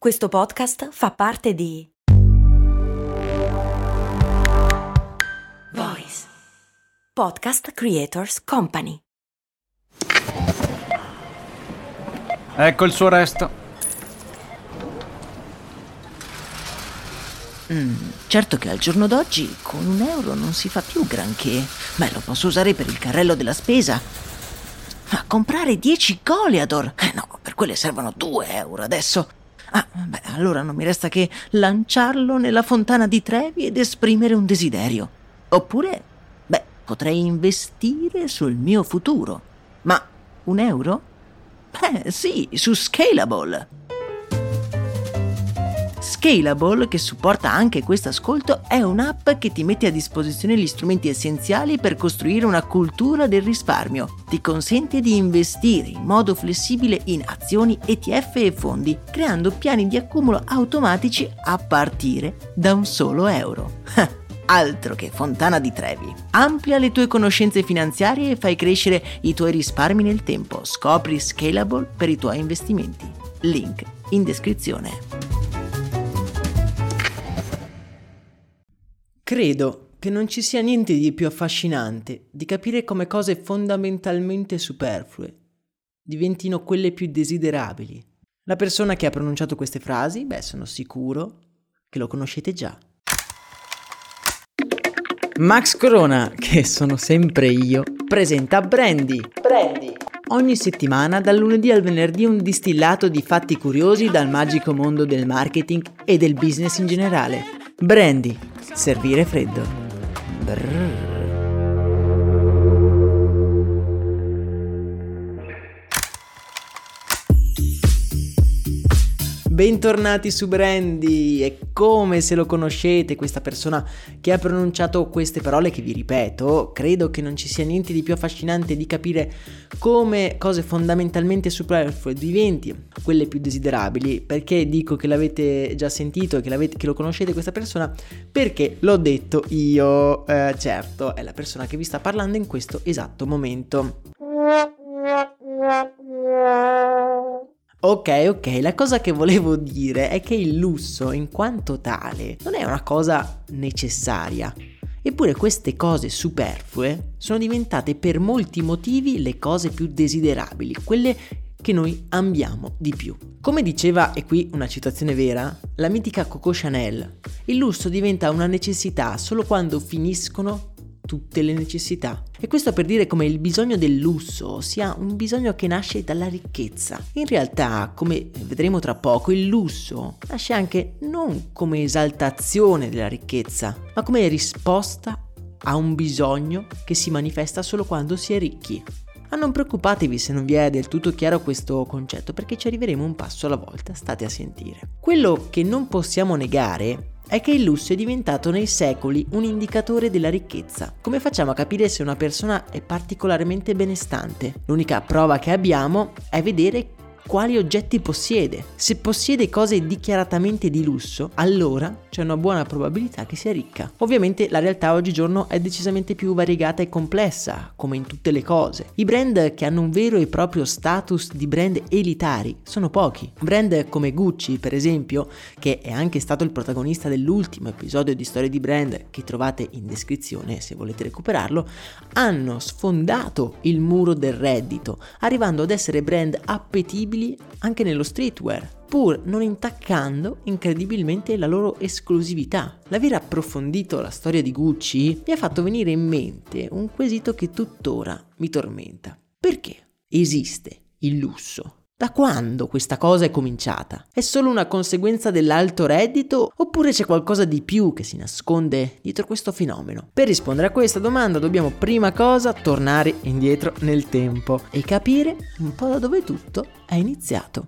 Questo podcast fa parte di Voice Podcast Creators Company. Ecco il suo resto. Certo che al giorno d'oggi con €1 non si fa più granché. Lo posso usare per il carrello della spesa. Ma comprare 10 Goliador? No, per quelle servono €2 adesso. Allora non mi resta che lanciarlo nella fontana di Trevi ed esprimere un desiderio. Oppure, potrei investire sul mio futuro. Ma €1? Sì, su Scalable. Scalable, che supporta anche questo ascolto, è un'app che ti mette a disposizione gli strumenti essenziali per costruire una cultura del risparmio. Ti consente di investire in modo flessibile in azioni, ETF e fondi, creando piani di accumulo automatici a partire da un solo euro. Altro che fontana di Trevi. Amplia le tue conoscenze finanziarie e fai crescere i tuoi risparmi nel tempo. Scopri Scalable per i tuoi investimenti. Link in descrizione. Credo che non ci sia niente di più affascinante di capire come cose fondamentalmente superflue diventino quelle più desiderabili. La persona che ha pronunciato queste frasi, sono sicuro che lo conoscete già. Max Corona, che sono sempre io, presenta Brandy. Ogni settimana, dal lunedì al venerdì, un distillato di fatti curiosi dal magico mondo del marketing e del business in generale. Brandy, servire freddo. Brrr. Bentornati su Brandy. È come se lo conoscete questa persona che ha pronunciato queste parole che vi ripeto. Credo che non ci sia niente di più affascinante di capire come cose fondamentalmente superflue diventi quelle più desiderabili. Perché dico che l'avete già sentito e che lo conoscete questa persona? Perché l'ho detto io. Certo, è la persona che vi sta parlando in questo esatto momento. Ok, la cosa che volevo dire è che il lusso in quanto tale non è una cosa necessaria. Eppure queste cose superflue sono diventate per molti motivi le cose più desiderabili, quelle che noi amiamo di più. Come diceva, e qui una citazione vera, la mitica Coco Chanel, il lusso diventa una necessità solo quando finiscono tutte le necessità. E questo per dire come il bisogno del lusso sia un bisogno che nasce dalla ricchezza. In realtà, come vedremo tra poco, il lusso nasce anche non come esaltazione della ricchezza, ma come risposta a un bisogno che si manifesta solo quando si è ricchi. Ma non preoccupatevi se non vi è del tutto chiaro questo concetto, perché ci arriveremo un passo alla volta, state a sentire. Quello che non possiamo negare è che il lusso è diventato nei secoli un indicatore della ricchezza. Come facciamo a capire se una persona è particolarmente benestante? L'unica prova che abbiamo è vedere quali oggetti possiede. Se possiede cose dichiaratamente di lusso, allora c'è una buona probabilità che sia ricca. Ovviamente la realtà oggigiorno è decisamente più variegata e complessa, come in tutte le cose. I brand che hanno un vero e proprio status di brand elitari sono pochi. Brand come Gucci, per esempio, che è anche stato il protagonista dell'ultimo episodio di Storie di Brand, che trovate in descrizione se volete recuperarlo, hanno sfondato il muro del reddito, arrivando ad essere brand appetibili anche nello streetwear, pur non intaccando incredibilmente la loro esclusività. L'aver approfondito la storia di Gucci mi ha fatto venire in mente un quesito che tuttora mi tormenta. Perché esiste il lusso? Da quando questa cosa è cominciata? È solo una conseguenza dell'alto reddito oppure c'è qualcosa di più che si nasconde dietro questo fenomeno? Per rispondere a questa domanda dobbiamo prima cosa tornare indietro nel tempo e capire un po' da dove tutto è iniziato.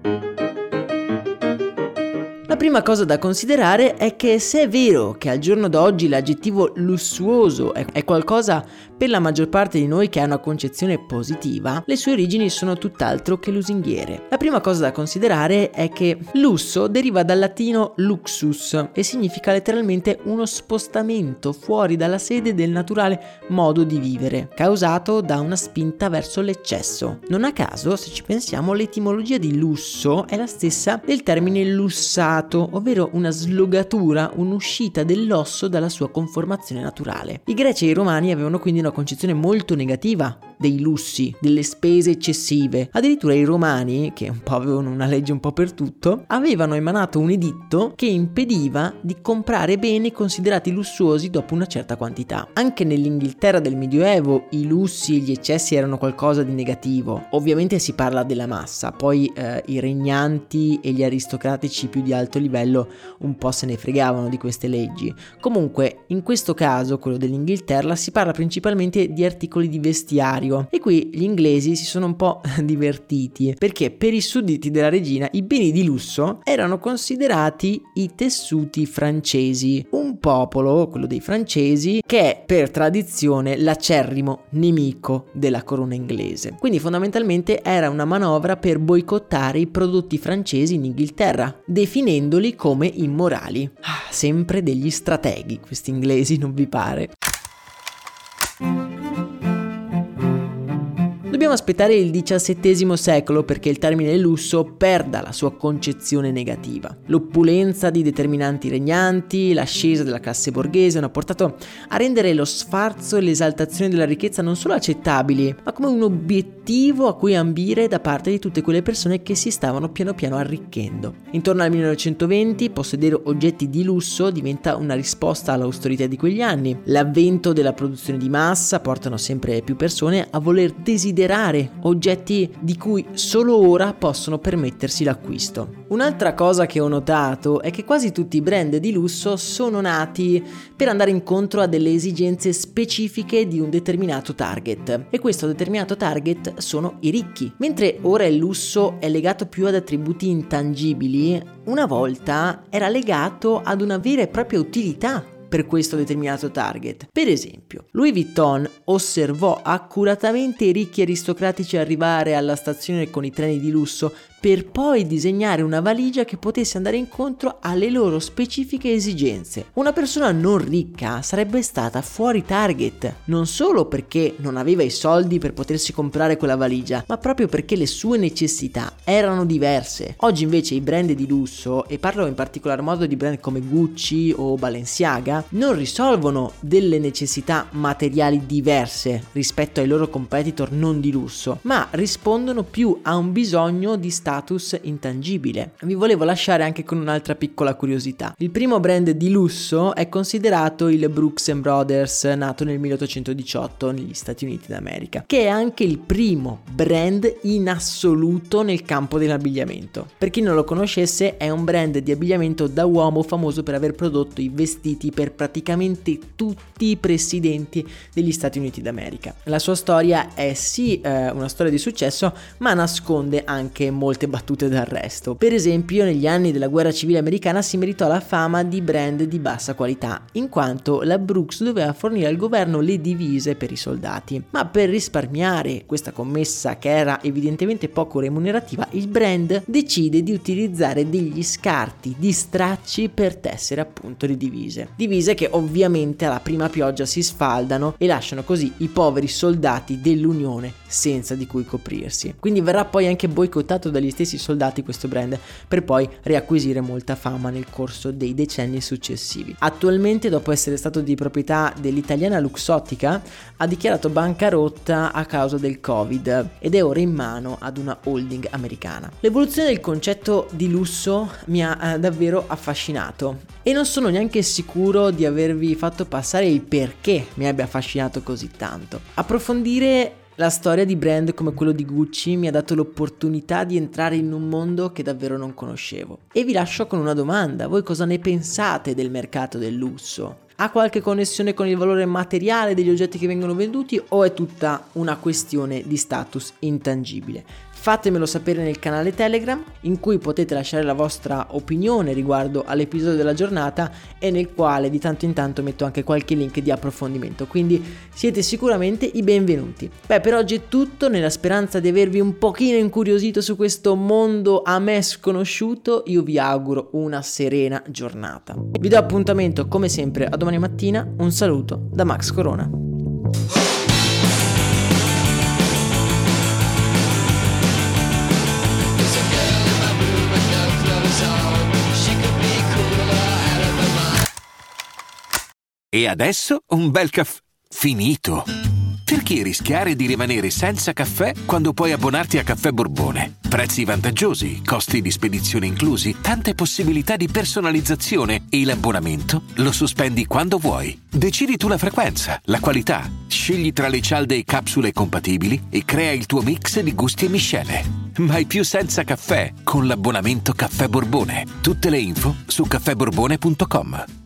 La prima cosa da considerare è che se è vero che al giorno d'oggi l'aggettivo lussuoso è qualcosa Per la maggior parte di noi che ha una concezione positiva, le sue origini sono tutt'altro che lusinghiere. La prima cosa da considerare è che lusso deriva dal latino luxus e significa letteralmente uno spostamento fuori dalla sede del naturale modo di vivere, causato da una spinta verso l'eccesso. Non a caso, se ci pensiamo, l'etimologia di lusso è la stessa del termine lussato, ovvero una slogatura, un'uscita dell'osso dalla sua conformazione naturale. I greci e i romani avevano quindi una concezione molto negativa dei lussi, delle spese eccessive. Addirittura i romani, che un po' avevano una legge un po' per tutto, avevano emanato un editto che impediva di comprare beni considerati lussuosi dopo una certa quantità. Anche nell'Inghilterra del Medioevo i lussi e gli eccessi erano qualcosa di negativo. Ovviamente si parla della massa, poi i regnanti e gli aristocratici più di alto livello un po' se ne fregavano di queste leggi. Comunque, in questo caso, quello dell'Inghilterra, si parla principalmente di articoli di vestiario. E qui gli inglesi si sono un po' divertiti, perché per i sudditi della regina i beni di lusso erano considerati i tessuti francesi, un popolo, quello dei francesi, che è per tradizione l'acerrimo nemico della corona inglese. Quindi fondamentalmente era una manovra per boicottare i prodotti francesi in Inghilterra, definendoli come immorali. Sempre degli strateghi questi inglesi, non vi pare? Dobbiamo aspettare il XVII secolo perché il termine lusso perda la sua concezione negativa. L'opulenza di determinanti regnanti, l'ascesa della classe borghese hanno portato a rendere lo sfarzo e l'esaltazione della ricchezza non solo accettabili, ma come un obiettivo a cui ambire da parte di tutte quelle persone che si stavano piano piano arricchendo. Intorno al 1920 possedere oggetti di lusso diventa una risposta all'austerità di quegli anni. L'avvento della produzione di massa portano sempre più persone a voler desiderare oggetti di cui solo ora possono permettersi l'acquisto. Un'altra cosa che ho notato è che quasi tutti i brand di lusso sono nati per andare incontro a delle esigenze specifiche di un determinato target, e questo determinato target sono i ricchi. Mentre ora il lusso è legato più ad attributi intangibili, una volta era legato ad una vera e propria utilità per questo determinato target. Per esempio, Louis Vuitton osservò accuratamente i ricchi aristocratici arrivare alla stazione con i treni di lusso per poi disegnare una valigia che potesse andare incontro alle loro specifiche esigenze. Una persona non ricca sarebbe stata fuori target, non solo perché non aveva i soldi per potersi comprare quella valigia, ma proprio perché le sue necessità erano diverse. Oggi invece i brand di lusso, e parlo in particolar modo di brand come Gucci o Balenciaga, non risolvono delle necessità materiali diverse rispetto ai loro competitor non di lusso, ma rispondono più a un bisogno di status intangibile. Vi volevo lasciare anche con un'altra piccola curiosità. Il primo brand di lusso è considerato il Brooks & Brothers, nato nel 1818 negli Stati Uniti d'America, che è anche il primo brand in assoluto nel campo dell'abbigliamento. Per chi non lo conoscesse, è un brand di abbigliamento da uomo famoso per aver prodotto i vestiti per praticamente tutti i presidenti degli Stati Uniti d'America. La sua storia è sì una storia di successo, ma nasconde anche molte battute d'arresto. Per esempio, negli anni della guerra civile americana si meritò la fama di brand di bassa qualità, in quanto la Brooks doveva fornire al governo le divise per i soldati. Ma per risparmiare questa commessa, che era evidentemente poco remunerativa, il brand decide di utilizzare degli scarti di stracci per tessere appunto le divise. Divise che ovviamente alla prima pioggia si sfaldano e lasciano così i poveri soldati dell'Unione senza di cui coprirsi. Quindi verrà poi anche boicottato dagli stessi soldati questo brand, per poi riacquisire molta fama nel corso dei decenni successivi. Attualmente, dopo essere stato di proprietà dell'italiana Luxottica, ha dichiarato bancarotta a causa del Covid ed è ora in mano ad una holding americana. L'evoluzione del concetto di lusso mi ha davvero affascinato e non sono neanche sicuro di avervi fatto passare il perché mi abbia affascinato così tanto. Approfondire la storia di brand come quello di Gucci mi ha dato l'opportunità di entrare in un mondo che davvero non conoscevo. E vi lascio con una domanda: voi cosa ne pensate del mercato del lusso? Ha qualche connessione con il valore materiale degli oggetti che vengono venduti o è tutta una questione di status intangibile? Fatemelo sapere nel canale Telegram, in cui potete lasciare la vostra opinione riguardo all'episodio della giornata e nel quale di tanto in tanto metto anche qualche link di approfondimento, quindi siete sicuramente i benvenuti. Per oggi è tutto, nella speranza di avervi un pochino incuriosito su questo mondo a me sconosciuto. Io vi auguro una serena giornata. Vi do appuntamento come sempre a domani mattina. Un saluto da Max Corona. E adesso un bel caffè finito. Perché rischiare di rimanere senza caffè quando puoi abbonarti a Caffè Borbone? Prezzi vantaggiosi, costi di spedizione inclusi, tante possibilità di personalizzazione e l'abbonamento lo sospendi quando vuoi. Decidi tu la frequenza, la qualità, scegli tra le cialde e capsule compatibili e crea il tuo mix di gusti e miscele. Mai più senza caffè con l'abbonamento Caffè Borbone. Tutte le info su caffèborbone.com.